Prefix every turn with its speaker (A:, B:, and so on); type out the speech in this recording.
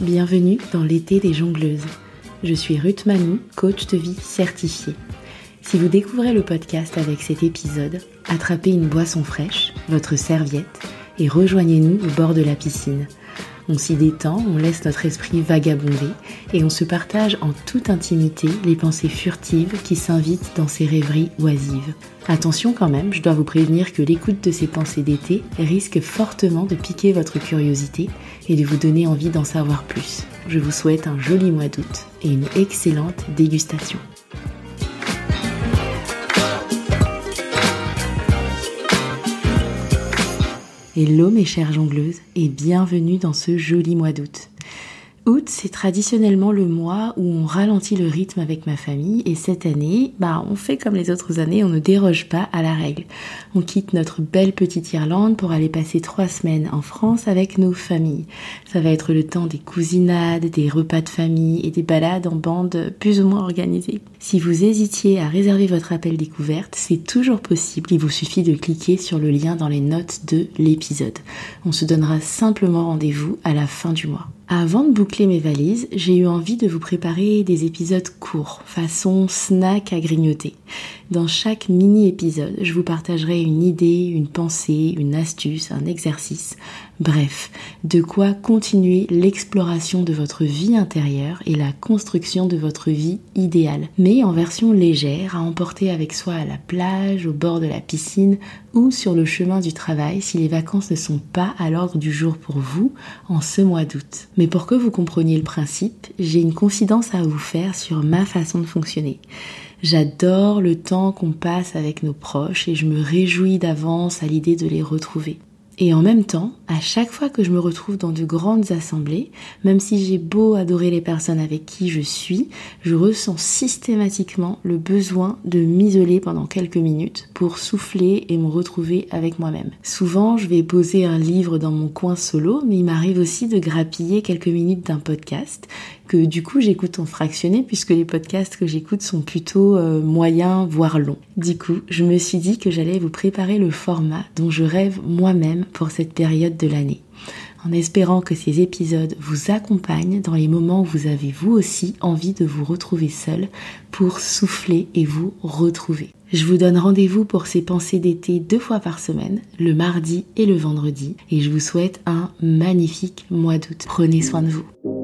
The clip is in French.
A: bienvenue dans l'été des jongleuses. Je suis Ruth Manou, coach de vie certifiée. Si vous découvrez le podcast avec cet épisode, attrapez une boisson fraîche, votre serviette et rejoignez-nous au bord de la piscine. On s'y détend, on laisse notre esprit vagabonder et on se partage en toute intimité les pensées furtives qui s'invitent dans ces rêveries oisives. Attention quand même, je dois vous prévenir que l'écoute de ces pensées d'été risque fortement de piquer votre curiosité et de vous donner envie d'en savoir plus. Je vous souhaite un joli mois d'août et une excellente dégustation. Hello mes chères jongleuses et bienvenue dans ce joli mois d'août. Août, c'est traditionnellement le mois où on ralentit le rythme avec ma famille et cette année, on fait comme les autres années, on ne déroge pas à la règle. On quitte notre belle petite Irlande pour aller passer 3 semaines en France avec nos familles. Ça va être le temps des cousinades, des repas de famille et des balades en bande plus ou moins organisées. Si vous hésitiez à réserver votre appel découverte, c'est toujours possible, il vous suffit de cliquer sur le lien dans les notes de l'épisode. On se donnera simplement rendez-vous à la fin du mois. Avant de boucler mes valises, j'ai eu envie de vous préparer des épisodes courts, façon snack à grignoter. Dans chaque mini-épisode, je vous partagerai une idée, une pensée, une astuce, un exercice. Bref, de quoi continuer l'exploration de votre vie intérieure et la construction de votre vie idéale. Mais en version légère, à emporter avec soi à la plage, au bord de la piscine ou sur le chemin du travail si les vacances ne sont pas à l'ordre du jour pour vous en ce mois d'août. Mais pour que vous compreniez le principe, j'ai une confidence à vous faire sur ma façon de fonctionner. J'adore le temps qu'on passe avec nos proches et je me réjouis d'avance à l'idée de les retrouver. Et en même temps, à chaque fois que je me retrouve dans de grandes assemblées, même si j'ai beau adorer les personnes avec qui je suis, je ressens systématiquement le besoin de m'isoler pendant quelques minutes pour souffler et me retrouver avec moi-même. Souvent, je vais poser un livre dans mon coin solo, mais il m'arrive aussi de grappiller quelques minutes d'un podcast que du coup j'écoute en fractionné puisque les podcasts que j'écoute sont plutôt moyens voire longs. Du coup, je me suis dit que j'allais vous préparer le format dont je rêve moi-même pour cette période de l'année. En espérant que ces épisodes vous accompagnent dans les moments où vous avez vous aussi envie de vous retrouver seul pour souffler et vous retrouver. Je vous donne rendez-vous pour ces pensées d'été 2 fois par semaine, le mardi et le vendredi, et je vous souhaite un magnifique mois d'août. Prenez soin de vous.